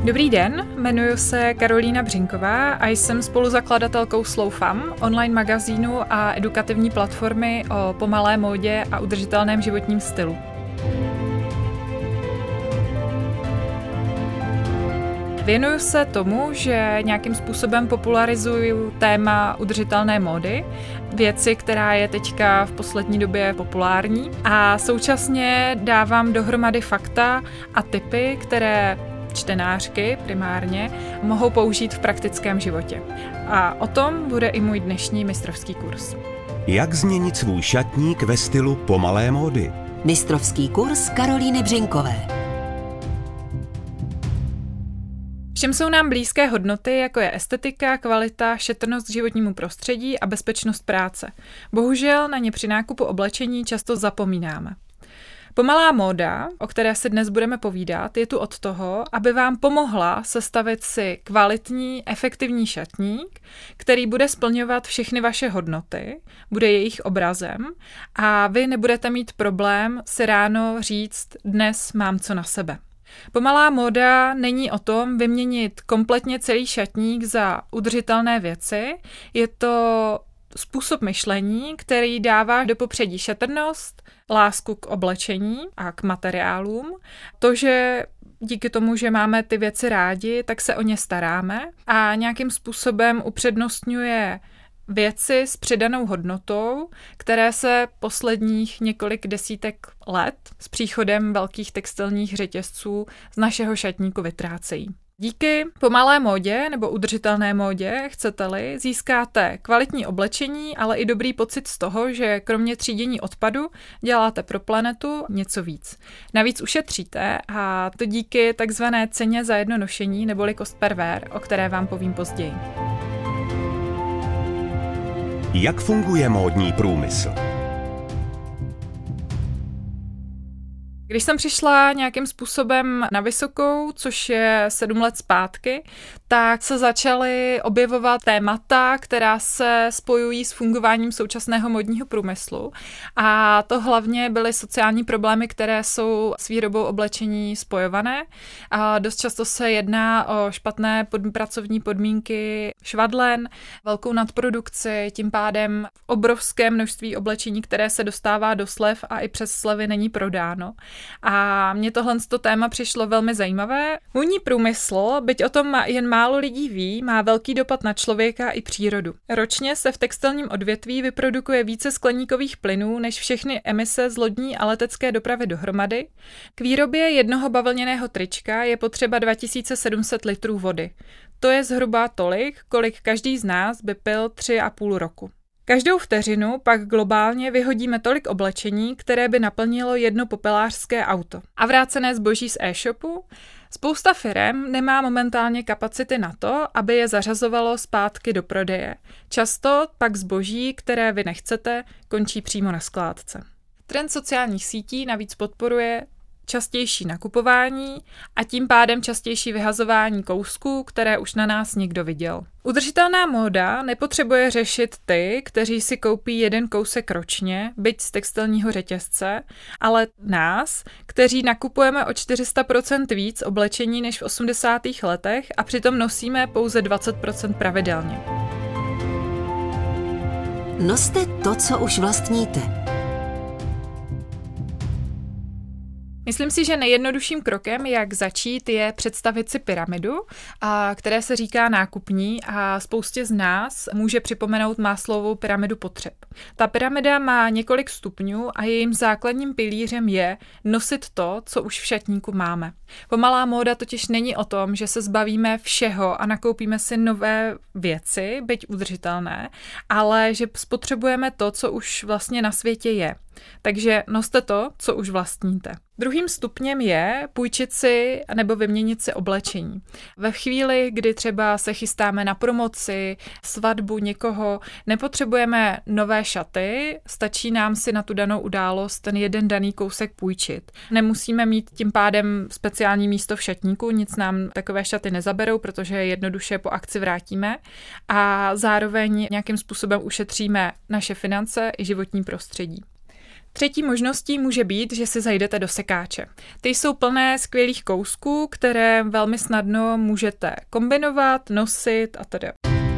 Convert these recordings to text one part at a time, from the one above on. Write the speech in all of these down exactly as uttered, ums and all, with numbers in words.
Dobrý den, jmenuji se Karolína Břinková a jsem spoluzakladatelkou Slowfam, online magazínu a edukativní platformy o pomalé módě a udržitelném životním stylu. Věnuju se tomu, že nějakým způsobem popularizuju téma udržitelné módy, věci, která je teďka v poslední době populární, a současně dávám dohromady fakta a tipy, které čtenářky primárně mohou použít v praktickém životě. A o tom bude i můj dnešní mistrovský kurz. Jak změnit svůj šatník ve stylu pomalé módy? Mistrovský kurz Karolíny Břinkové. V čem jsou nám blízké hodnoty, jako je estetika, kvalita, šetrnost k životnímu prostředí a bezpečnost práce. Bohužel na ně při nákupu oblečení často zapomínáme. Pomalá móda, o které si dnes budeme povídat, je tu od toho, aby vám pomohla sestavit si kvalitní, efektivní šatník, který bude splňovat všechny vaše hodnoty, bude jejich obrazem a vy nebudete mít problém si ráno říct, dnes mám co na sebe. Pomalá móda není o tom vyměnit kompletně celý šatník za udržitelné věci, je to způsob myšlení, který dává do popředí šetrnost, lásku k oblečení a k materiálům, to, že díky tomu, že máme ty věci rádi, tak se o ně staráme a nějakým způsobem upřednostňuje věci s přidanou hodnotou, které se posledních několik desítek let s příchodem velkých textilních řetězců z našeho šatníku vytrácejí. Díky pomalé módě nebo udržitelné módě, chcete-li, získáte kvalitní oblečení, ale i dobrý pocit z toho, že kromě třídění odpadu děláte pro planetu něco víc. Navíc ušetříte, a to díky takzvané ceně za jedno nošení neboli cost per wear, o které vám povím později. Jak funguje módní průmysl? Když jsem přišla nějakým způsobem na vysokou, což je sedm let zpátky, tak se začaly objevovat témata, která se spojují s fungováním současného módního průmyslu. A to hlavně byly sociální problémy, které jsou s výrobou oblečení spojované. A dost často se jedná o špatné pod, pracovní podmínky švadlen, velkou nadprodukci, tím pádem obrovské množství oblečení, které se dostává do slev a i přes slevy není prodáno. A mně tohle téma přišlo velmi zajímavé. Módní průmysl, byť o tom jen málo lidí ví, má velký dopad na člověka i přírodu. Ročně se v textilním odvětví vyprodukuje více skleníkových plynů než všechny emise z lodní a letecké dopravy dohromady. K výrobě jednoho bavlněného trička je potřeba dva tisíce sedm set litrů vody. To je zhruba tolik, kolik každý z nás by pil tři a půl roku. Každou vteřinu pak globálně vyhodíme tolik oblečení, které by naplnilo jedno popelářské auto. A vrácené zboží z e-shopu? Spousta firem nemá momentálně kapacity na to, aby je zařazovalo zpátky do prodeje. Často pak zboží, které vy nechcete, končí přímo na skládce. Trend sociálních sítí navíc podporuje častější nakupování a tím pádem častější vyhazování kousků, které už na nás někdo viděl. Udržitelná móda nepotřebuje řešit ty, kteří si koupí jeden kousek ročně, byť z textilního řetězce, ale nás, kteří nakupujeme o čtyři sta procent víc oblečení než v osmdesátých letech a přitom nosíme pouze dvacet procent pravidelně. Noste to, co už vlastníte. Myslím si, že nejjednodušším krokem, jak začít, je představit si pyramidu, a které se říká nákupní a spoustě z nás může připomenout Maslowovu pyramidu potřeb. Ta pyramida má několik stupňů a jejím základním pilířem je nosit to, co už v šatníku máme. Pomalá móda totiž není o tom, že se zbavíme všeho a nakoupíme si nové věci, byť udržitelné, ale že spotřebujeme to, co už vlastně na světě je. Takže noste to, co už vlastníte. Druhým stupněm je půjčit si nebo vyměnit si oblečení. Ve chvíli, kdy třeba se chystáme na promoci, svatbu někoho, nepotřebujeme nové šaty, stačí nám si na tu danou událost ten jeden daný kousek půjčit. Nemusíme mít tím pádem speciální místo v šatníku, nic nám takové šaty nezaberou, protože je jednoduše po akci vrátíme a zároveň nějakým způsobem ušetříme naše finance i životní prostředí. Třetí možností může být, že si zajdete do sekáče. Ty jsou plné skvělých kousků, které velmi snadno můžete kombinovat, nosit a tedy.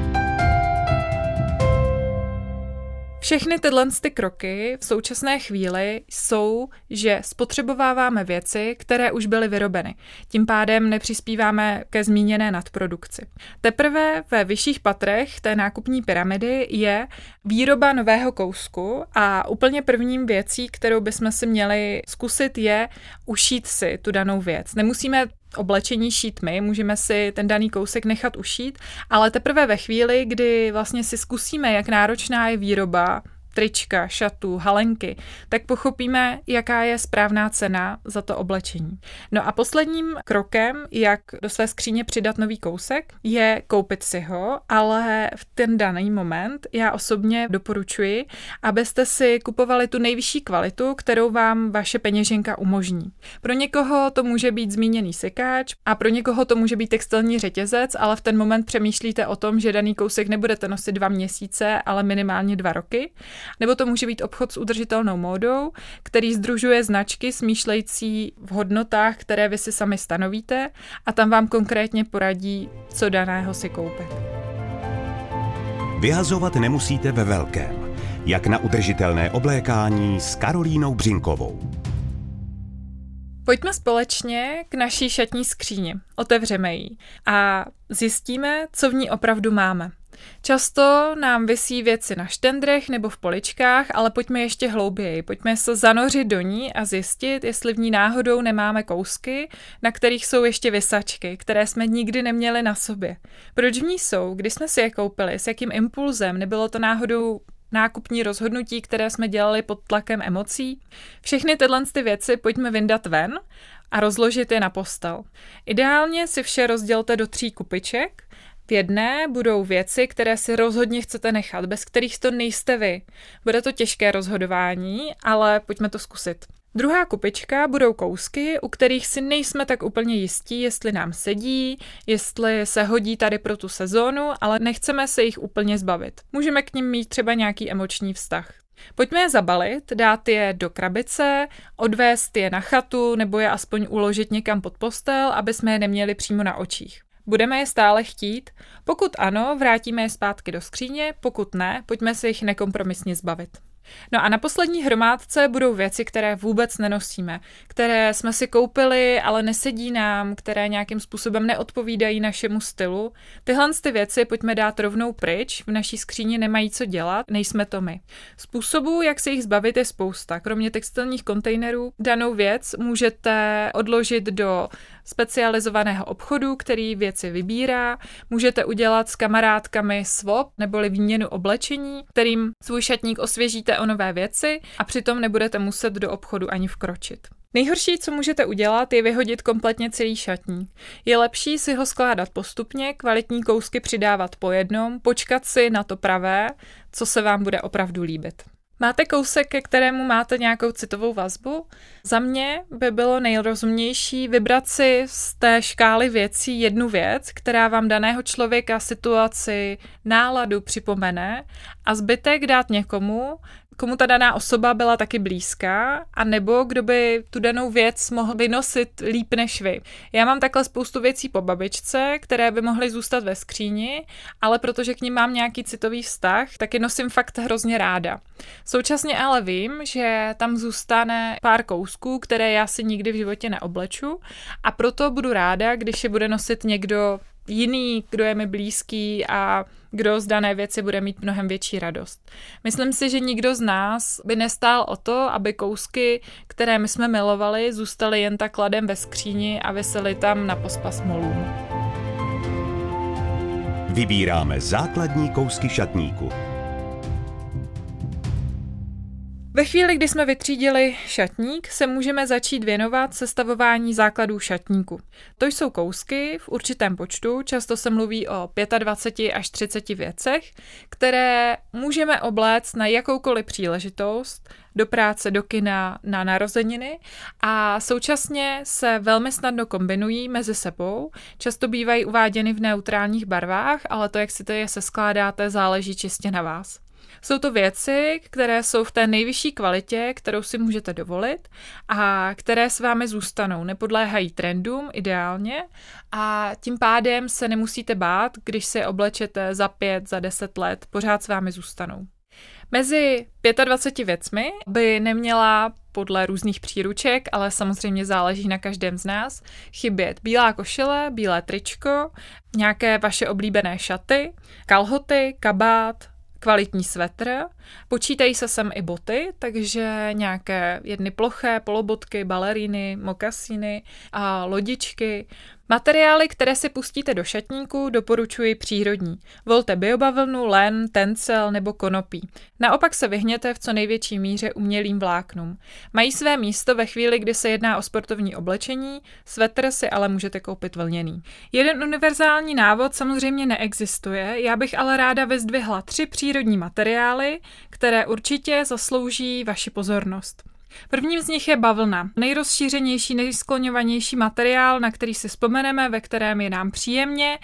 Všechny tyhle ty kroky v současné chvíli jsou, že spotřebováváme věci, které už byly vyrobeny. Tím pádem nepřispíváme ke zmíněné nadprodukci. Teprve ve vyšších patrech té nákupní pyramidy je výroba nového kousku a úplně prvním věcí, kterou bychom si měli zkusit, je ušít si tu danou věc. Nemusíme oblečení šít my, můžeme si ten daný kousek nechat ušít, ale teprve ve chvíli, kdy vlastně si zkusíme, jak náročná je výroba trička, šatů, halenky, tak pochopíme, jaká je správná cena za to oblečení. No a posledním krokem, jak do své skříně přidat nový kousek, je koupit si ho, ale v ten daný moment já osobně doporučuji, abyste si kupovali tu nejvyšší kvalitu, kterou vám vaše peněženka umožní. Pro někoho to může být zmíněný sekáč a pro někoho to může být textilní řetězec, ale v ten moment přemýšlíte o tom, že daný kousek nebudete nosit dva měsíce, ale minimálně dva roky. Nebo to může být obchod s udržitelnou módou, který sdružuje značky smýšlející v hodnotách, které vy si sami stanovíte a tam vám konkrétně poradí, co daného si koupit. Vyhazovat nemusíte ve velkém. Jak na udržitelné oblékání s Karolínou Břinkovou. Pojďme společně k naší šatní skříni. Otevřeme ji a zjistíme, co v ní opravdu máme. Často nám visí věci na štendrech nebo v poličkách, ale pojďme ještě hlouběji. Pojďme se zanořit do ní a zjistit, jestli v ní náhodou nemáme kousky, na kterých jsou ještě visačky, které jsme nikdy neměli na sobě. Proč v ní jsou? Když jsme si je koupili? S jakým impulzem? Nebylo to náhodou nákupní rozhodnutí, které jsme dělali pod tlakem emocí? Všechny tyhle ty věci pojďme vyndat ven a rozložit je na postel. Ideálně si vše rozdělte do tří kupiček. V jedné budou věci, které si rozhodně chcete nechat, bez kterých to nejste vy. Bude to těžké rozhodování, ale pojďme to zkusit. Druhá kupička budou kousky, u kterých si nejsme tak úplně jistí, jestli nám sedí, jestli se hodí tady pro tu sezónu, ale nechceme se jich úplně zbavit. Můžeme k nim mít třeba nějaký emoční vztah. Pojďme je zabalit, dát je do krabice, odvést je na chatu nebo je aspoň uložit někam pod postel, aby jsme je neměli přímo na očích. Budeme je stále chtít? Pokud ano, vrátíme je zpátky do skříně, pokud ne, pojďme se jich nekompromisně zbavit. No a na poslední hromádce budou věci, které vůbec nenosíme, které jsme si koupili, ale nesedí nám, které nějakým způsobem neodpovídají našemu stylu. Tyhle ty věci pojďme dát rovnou pryč, v naší skříni nemají co dělat, nejsme to my. Způsobů, jak se jich zbavit, je spousta. Kromě textilních kontejnerů danou věc můžete odložit do specializovaného obchodu, který věci vybírá. Můžete udělat s kamarádkami swap neboli výměnu oblečení, kterým svůj šatník osvěžíte o nové věci a přitom nebudete muset do obchodu ani vkročit. Nejhorší, co můžete udělat, je vyhodit kompletně celý šatník. Je lepší si ho skládat postupně, kvalitní kousky přidávat po jednom, počkat si na to pravé, co se vám bude opravdu líbit. Máte kousek, ke kterému máte nějakou citovou vazbu? Za mě by bylo nejrozumnější vybrat si z té škály věcí jednu věc, která vám daného člověka, situaci, náladu připomene a zbytek dát někomu, komu ta daná osoba byla taky blízká, a nebo kdo by tu danou věc mohl vynosit líp než vy. Já mám takhle spoustu věcí po babičce, které by mohly zůstat ve skříni, ale protože k nim mám nějaký citový vztah, tak je nosím fakt hrozně ráda. Současně ale vím, že tam zůstane pár kousků, které já si nikdy v životě neobleču, a proto budu ráda, když je bude nosit někdo jiný, kdo je mi blízký a kdo z dané věci bude mít mnohem větší radost. Myslím si, že nikdo z nás by nestál o to, aby kousky, které my jsme milovali, zůstaly jen tak ladem ve skříni a visely tam na pospas molům. Vybíráme základní kousky šatníku. Ve chvíli, kdy jsme vytřídili šatník, se můžeme začít věnovat sestavování základů šatníku. To jsou kousky v určitém počtu, často se mluví o dvaceti pěti až třiceti věcech, které můžeme obléct na jakoukoliv příležitost, do práce, do kina, na narozeniny, a současně se velmi snadno kombinují mezi sebou. Často bývají uváděny v neutrálních barvách, ale to, jak si to je seskládáte, záleží čistě na vás. Jsou to věci, které jsou v té nejvyšší kvalitě, kterou si můžete dovolit a které s vámi zůstanou. Nepodléhají trendům ideálně a tím pádem se nemusíte bát, když si je oblečete za pět, za deset let, pořád s vámi zůstanou. Mezi dvaceti pěti věcmi by neměla podle různých příruček, ale samozřejmě záleží na každém z nás, chybět bílá košile, bílé tričko, nějaké vaše oblíbené šaty, kalhoty, kabát, kvalitní svetr, počítají se sem i boty, takže nějaké jedny ploché, polobotky, baleríny, mokasíny a lodičky. Materiály, které si pustíte do šatníku, doporučuji přírodní. Volte biobavlnu, len, tencel nebo konopí. Naopak se vyhněte v co největší míře umělým vláknům. Mají své místo ve chvíli, kdy se jedná o sportovní oblečení, svetr si ale můžete koupit vlněný. Jeden univerzální návod samozřejmě neexistuje, já bych ale ráda vyzdvihla tři přírodní materiály, které určitě zaslouží vaši pozornost. Prvním z nich je bavlna, nejrozšířenější, nejskloňovanější materiál, na který si vzpomeneme, ve kterém je nám příjemně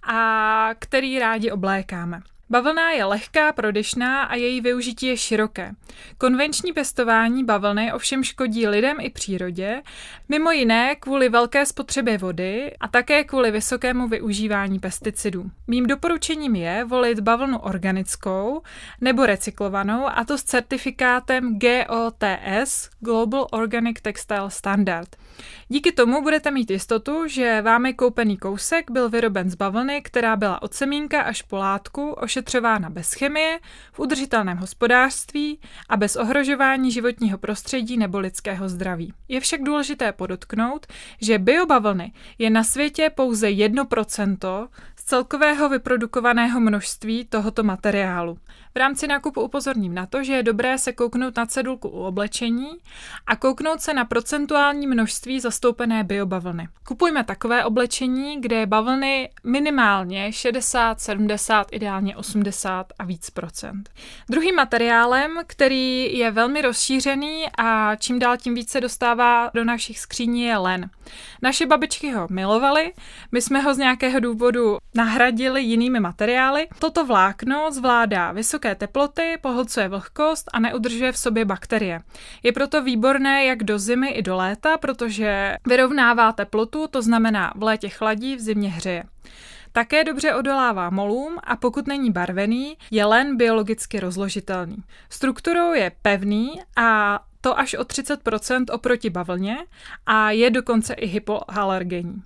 a který rádi oblékáme. Bavlna je lehká, prodyšná a její využití je široké. Konvenční pěstování bavlny ovšem škodí lidem i přírodě, mimo jiné kvůli velké spotřebě vody a také kvůli vysokému využívání pesticidů. Mým doporučením je volit bavlnu organickou nebo recyklovanou, a to s certifikátem G O T S, Global Organic Textile Standard. Díky tomu budete mít jistotu, že vámi koupený kousek byl vyroben z bavlny, která byla od semínka až po látku ošetřována bez chemie, v udržitelném hospodářství a bez ohrožování životního prostředí nebo lidského zdraví. Je však důležité podotknout, že biobavlny je na světě pouze jedno procento z celkového vyprodukovaného množství tohoto materiálu. V rámci nákupu upozorním na to, že je dobré se kouknout na cedulku u oblečení a kouknout se na procentuální množství zastoupené biobavlny. Kupujme takové oblečení, kde je bavlny minimálně šedesát, sedmdesát, ideálně osmdesát a víc procent. Druhým materiálem, který je velmi rozšířený a čím dál tím více dostává do našich skříní, je len. Naše babičky ho milovaly, my jsme ho z nějakého důvodu nahradili jinými materiály. Toto vlákno zvládá vysoké teploty, pohlcuje vlhkost a neudržuje v sobě bakterie. Je proto výborné jak do zimy i do léta, protože vyrovnává teplotu, to znamená v létě chladí, v zimě hřeje. Také dobře odolává molům a pokud není barvený, je len biologicky rozložitelný. Strukturou je pevný a to až o třicet procent oproti bavlně a je dokonce i hypoalergenní.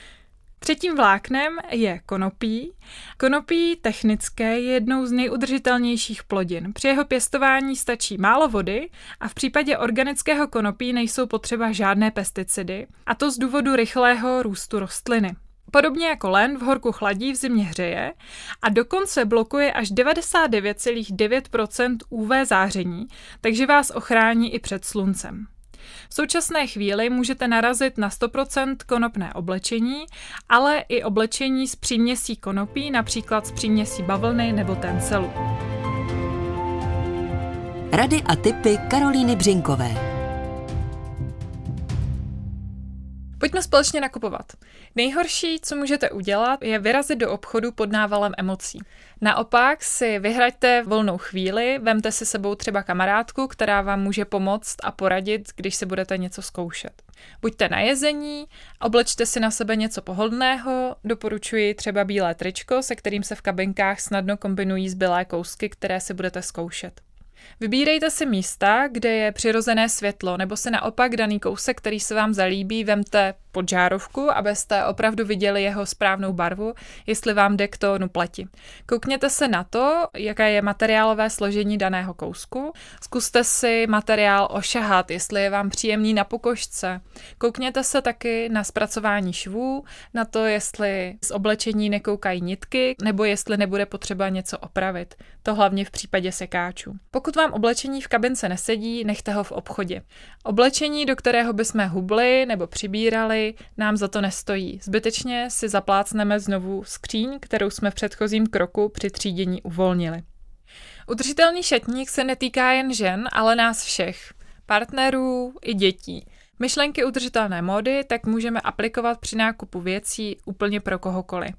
Třetím vláknem je konopí. Konopí technické je jednou z nejudržitelnějších plodin. Při jeho pěstování stačí málo vody a v případě organického konopí nejsou potřeba žádné pesticidy, a to z důvodu rychlého růstu rostliny. Podobně jako len v horku chladí, v zimě hřeje a dokonce blokuje až devadesát devět celá devět procent U V záření, takže vás ochrání i před sluncem. V současné chvíli můžete narazit na sto procent konopné oblečení, ale i oblečení s příměsí konopí, například s příměsí bavlny nebo tencelu. Rady a tipy Karolíny Břinkové. Pojďme společně nakupovat. Nejhorší, co můžete udělat, je vyrazit do obchodu pod návalem emocí. Naopak si vyhraďte volnou chvíli, vemte si sebou třeba kamarádku, která vám může pomoct a poradit, když si budete něco zkoušet. Buďte na jezení, oblečte si na sebe něco pohodlného, doporučuji třeba bílé tričko, se kterým se v kabinkách snadno kombinují zbylé kousky, které si budete zkoušet. Vybírejte si místa, kde je přirozené světlo, nebo si naopak daný kousek, který se vám zalíbí, vemte pod žárovku, abyste opravdu viděli jeho správnou barvu, jestli vám jde k tónu pleti. Koukněte se na to, jaké je materiálové složení daného kousku. Zkuste si materiál ošahat, jestli je vám příjemný na pokožce. Koukněte se taky na zpracování švů, na to, jestli z oblečení nekoukají nitky, nebo jestli nebude potřeba něco opravit. To hlavně v případě sekáčů. Pokud vám oblečení v kabince nesedí, nechte ho v obchodě. Oblečení, do kterého bychom hubli nebo přibírali, nám za to nestojí. Zbytečně si zaplácneme znovu skříň, kterou jsme v předchozím kroku při třídění uvolnili. Udržitelný šatník se netýká jen žen, ale nás všech. Partnerů i dětí. Myšlenky udržitelné módy tak můžeme aplikovat při nákupu věcí úplně pro kohokoliv.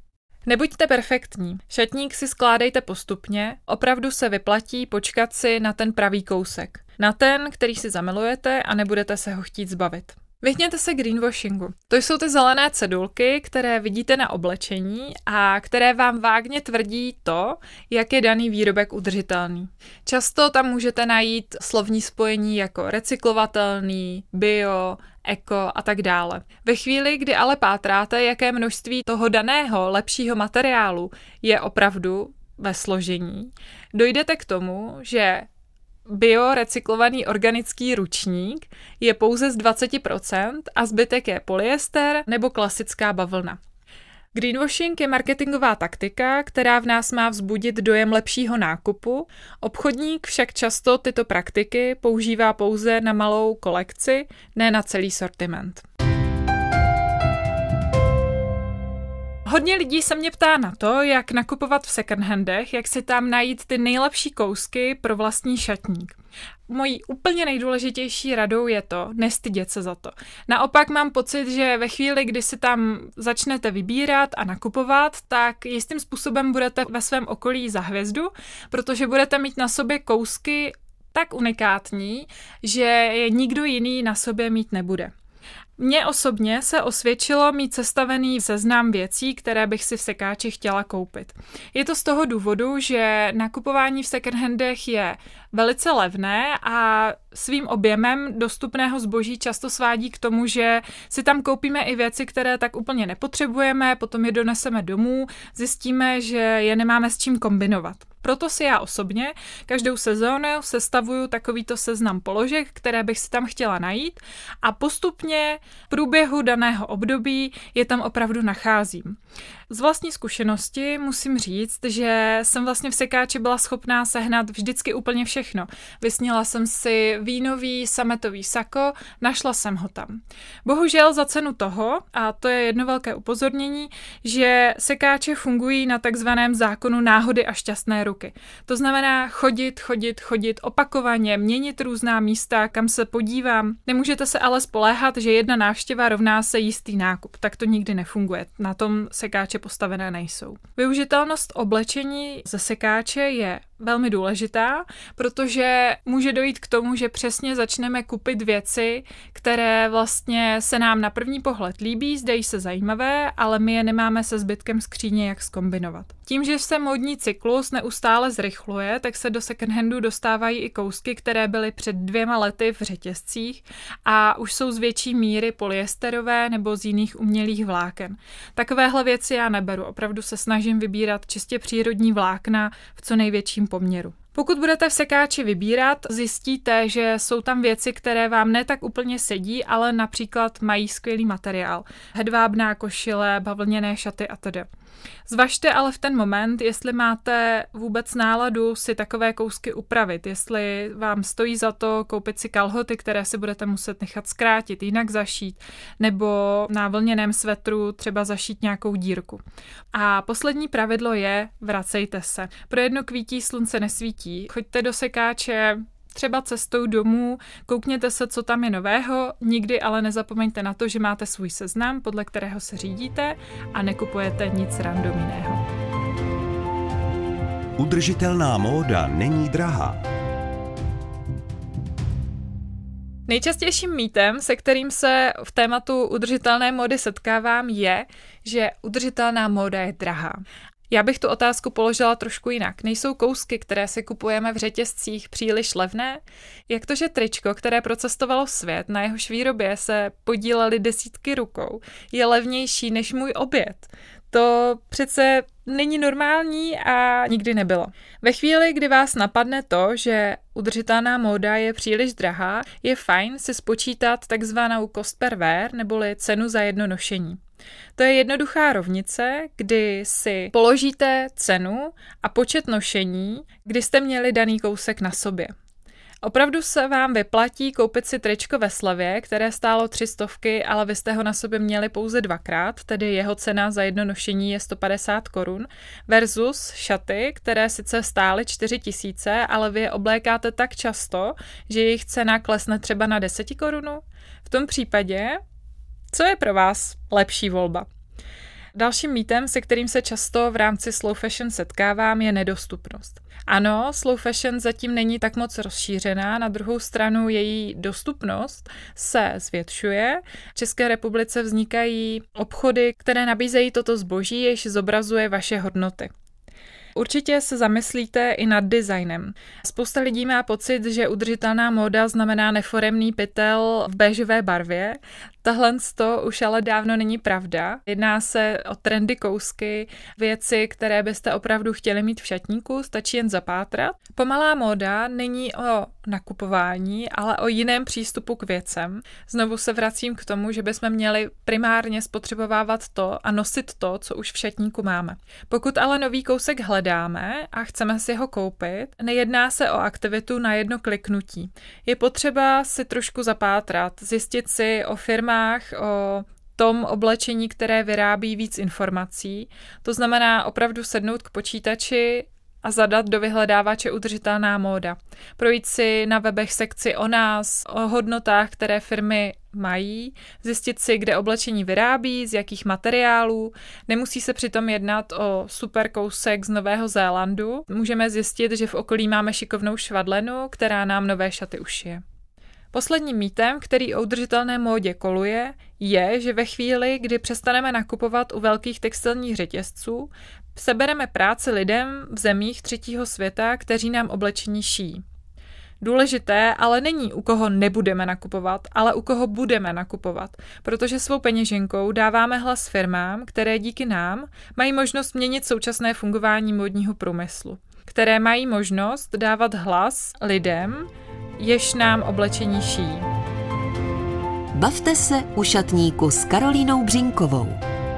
Nebuďte perfektní. Šatník si skládejte postupně, opravdu se vyplatí počkat si na ten pravý kousek. Na ten, který si zamilujete a nebudete se ho chtít zbavit. Vyhněte se greenwashingu. To jsou ty zelené cedulky, které vidíte na oblečení a které vám vágně tvrdí to, jak je daný výrobek udržitelný. Často tam můžete najít slovní spojení jako recyklovatelný, bio, eko a tak dále. Ve chvíli, kdy ale pátráte, jaké množství toho daného lepšího materiálu je opravdu ve složení, dojdete k tomu, že biorecyklovaný organický ručník je pouze z dvacet procent a zbytek je polyester nebo klasická bavlna. Greenwashing je marketingová taktika, která v nás má vzbudit dojem lepšího nákupu. Obchodník však často tyto praktiky používá pouze na malou kolekci, ne na celý sortiment. Hodně lidí se mě ptá na to, jak nakupovat v secondhandech, jak si tam najít ty nejlepší kousky pro vlastní šatník. Mojí úplně nejdůležitější radou je to nestydět se za to. Naopak mám pocit, že ve chvíli, kdy si tam začnete vybírat a nakupovat, tak jistým způsobem budete ve svém okolí za hvězdu, protože budete mít na sobě kousky tak unikátní, že je nikdo jiný na sobě mít nebude. Mně osobně se osvědčilo mít sestavený seznam věcí, které bych si v sekáči chtěla koupit. Je to z toho důvodu, že nakupování v secondhandech je velice levné a svým objemem dostupného zboží často svádí k tomu, že si tam koupíme i věci, které tak úplně nepotřebujeme, potom je doneseme domů, zjistíme, že je nemáme s čím kombinovat. Proto si já osobně každou sezónu sestavuju takovýto seznam položek, které bych si tam chtěla najít a postupně v průběhu daného období je tam opravdu nacházím. Z vlastní zkušenosti musím říct, že jsem vlastně v sekáči byla schopná sehnat vždycky úplně všechno. Vysněla jsem si vínový sametový sako, našla jsem ho tam. Bohužel za cenu toho, a to je jedno velké upozornění, že sekáče fungují na takzvaném zákonu náhody a šťastné ruky. To znamená chodit, chodit, chodit opakovaně, měnit různá místa, kam se podívám. Nemůžete se ale spoléhat, že jedna návštěva rovná se jistý nákup. Tak to nikdy nefunguje. Na tom sekáče postavené nejsou. Využitelnost oblečení ze sekáče je velmi důležitá, protože může dojít k tomu, že přesně začneme kupit věci, které vlastně se nám na první pohled líbí, zdají se zajímavé, ale my je nemáme se zbytkem skříně jak zkombinovat. Tím, že se módní cyklus neustále zrychluje, tak se do secondhandu dostávají i kousky, které byly před dvěma lety v řetězcích a už jsou z větší míry polyesterové nebo z jiných umělých vláken. Takovéhle věci já neberu, opravdu se snažím vybírat čistě přírodní vlákna v co největším poměru. Pokud budete v sekáči vybírat, zjistíte, že jsou tam věci, které vám ne tak úplně sedí, ale například mají skvělý materiál. Hedvábná košile, bavlněné šaty a tedy. Zvažte ale v ten moment, jestli máte vůbec náladu si takové kousky upravit, jestli vám stojí za to koupit si kalhoty, které si budete muset nechat zkrátit, jinak zašít, nebo na vlněném svetru třeba zašít nějakou dírku. A poslední pravidlo je, vracejte se. Pro jedno kvítí slunce nesvítí. Choďte do sekáče třeba cestou domů, koukněte se, co tam je nového, nikdy ale nezapomeňte na to, že máte svůj seznam, podle kterého se řídíte a nekupujete nic random jiného. Udržitelná móda není drahá. Nejčastějším mýtem, se kterým se v tématu udržitelné módy setkávám, je, že udržitelná móda je drahá. Já bych tu otázku položila trošku jinak. Nejsou kousky, které si kupujeme v řetězcích, příliš levné? Jak to, že tričko, které procestovalo svět, na jehož výrobě se podílely desítky rukou, je levnější než můj oběd? To přece není normální a nikdy nebylo. Ve chvíli, kdy vás napadne to, že udržitelná móda je příliš drahá, je fajn si spočítat takzvanou cost per wear, neboli cenu za jedno nošení. To je jednoduchá rovnice, kdy si položíte cenu a počet nošení, kdy jste měli daný kousek na sobě. Opravdu se vám vyplatí koupit si tričko ve slevě, které stálo tři stovky, ale vy jste ho na sobě měli pouze dvakrát, tedy jeho cena za jedno nošení je sto padesát korun, versus šaty, které sice stály čtyři tisíce, ale vy je oblékáte tak často, že jejich cena klesne třeba na deset korun. V tom případě, co je pro vás lepší volba? Dalším mýtem, se kterým se často v rámci slow fashion setkávám, je nedostupnost. Ano, slow fashion zatím není tak moc rozšířená, na druhou stranu její dostupnost se zvětšuje. V České republice vznikají obchody, které nabízejí toto zboží, jež zobrazuje vaše hodnoty. Určitě se zamyslíte i nad designem. Spousta lidí má pocit, že udržitelná móda znamená neforemný pytel v béžové barvě. Tahle to už ale dávno není pravda. Jedná se o trendy kousky, věci, které byste opravdu chtěli mít v šatníku, stačí jen zapátrat. Pomalá móda není o nakupování, ale o jiném přístupu k věcem. Znovu se vracím k tomu, že bychom měli primárně spotřebovávat to a nosit to, co už v šatníku máme. Pokud ale nový kousek hledáme a chceme si ho koupit, nejedná se o aktivitu na jedno kliknutí. Je potřeba si trošku zapátrat, zjistit si o firmách, o tom oblečení, které vyrábí víc informací. To znamená opravdu sednout k počítači a zadat do vyhledávače udržitelná móda. Projít si na webech sekci o nás, o hodnotách, které firmy mají, zjistit si, kde oblečení vyrábí, z jakých materiálů. Nemusí se přitom jednat o super kousek z Nového Zélandu. Můžeme zjistit, že v okolí máme šikovnou švadlenu, která nám nové šaty ušije. Posledním mýtem, který o udržitelné módě koluje, je, že ve chvíli, kdy přestaneme nakupovat u velkých textilních řetězců, sebereme práci lidem v zemích třetího světa, kteří nám oblečení šijí. Důležité ale není, u koho nebudeme nakupovat, ale u koho budeme nakupovat, protože svou peněženkou dáváme hlas firmám, které díky nám mají možnost měnit současné fungování módního průmyslu, které mají možnost dávat hlas lidem, jež nám oblečení šijí. Bavte se u šatníku s Karolínou Břínkovou.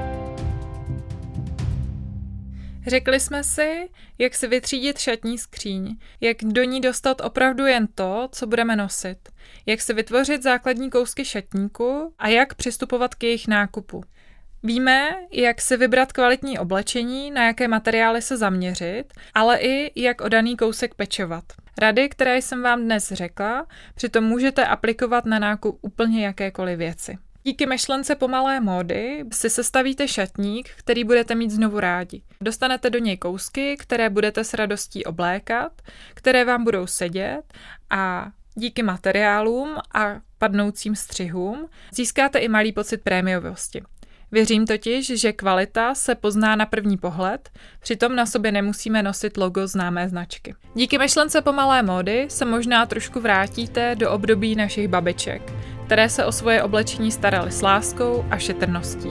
Řekli jsme si, jak si vytřídit šatní skříň, jak do ní dostat opravdu jen to, co budeme nosit, jak si vytvořit základní kousky šatníku a jak přistupovat k jejich nákupu. Víme, jak si vybrat kvalitní oblečení, na jaké materiály se zaměřit, ale i jak o daný kousek pečovat. Rady, které jsem vám dnes řekla, přitom můžete aplikovat na nákup úplně jakékoliv věci. Díky myšlence pomalé módy si sestavíte šatník, který budete mít znovu rádi. Dostanete do něj kousky, které budete s radostí oblékat, které vám budou sedět a díky materiálům a padnoucím střihům získáte i malý pocit prémiovosti. Věřím totiž, že kvalita se pozná na první pohled, přitom na sobě nemusíme nosit logo známé značky. Díky myšlence pomalé módy se možná trošku vrátíte do období našich babiček, které se o svoje oblečení staraly s láskou a šetrností.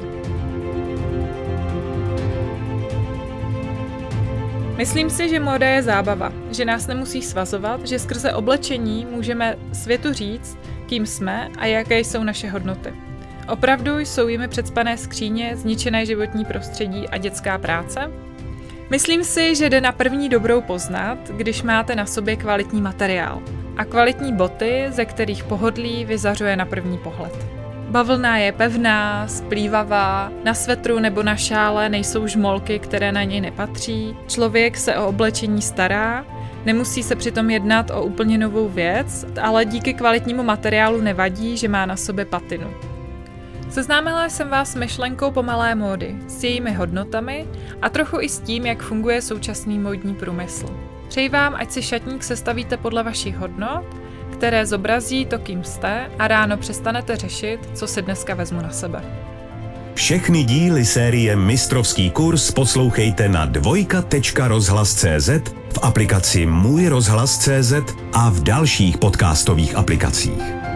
Myslím si, že móda je zábava, že nás nemusí svazovat, že skrze oblečení můžeme světu říct, kým jsme a jaké jsou naše hodnoty. Opravdu jsou jimi předspané skříně, zničené životní prostředí a dětská práce? Myslím si, že jde na první dobrou poznat, když máte na sobě kvalitní materiál a kvalitní boty, ze kterých pohodlí vyzařuje na první pohled. Bavlna je pevná, splývavá, na svetru nebo na šále nejsou žmolky, které na něj nepatří, člověk se o oblečení stará, nemusí se přitom jednat o úplně novou věc, ale díky kvalitnímu materiálu nevadí, že má na sobě patinu. Seznámila jsem vás s myšlenkou pomalé módy, s jejími hodnotami a trochu i s tím, jak funguje současný módní průmysl. Přeji vám, ať si šatník sestavíte podle vašich hodnot, které zobrazí to, kým jste, a ráno přestanete řešit, co si dneska vezmu na sebe. Všechny díly série Mistrovský kurz poslouchejte na dvojka tečka rozhlas tečka cé zet, v aplikaci Můj rozhlas tečka cé zet a v dalších podcastových aplikacích.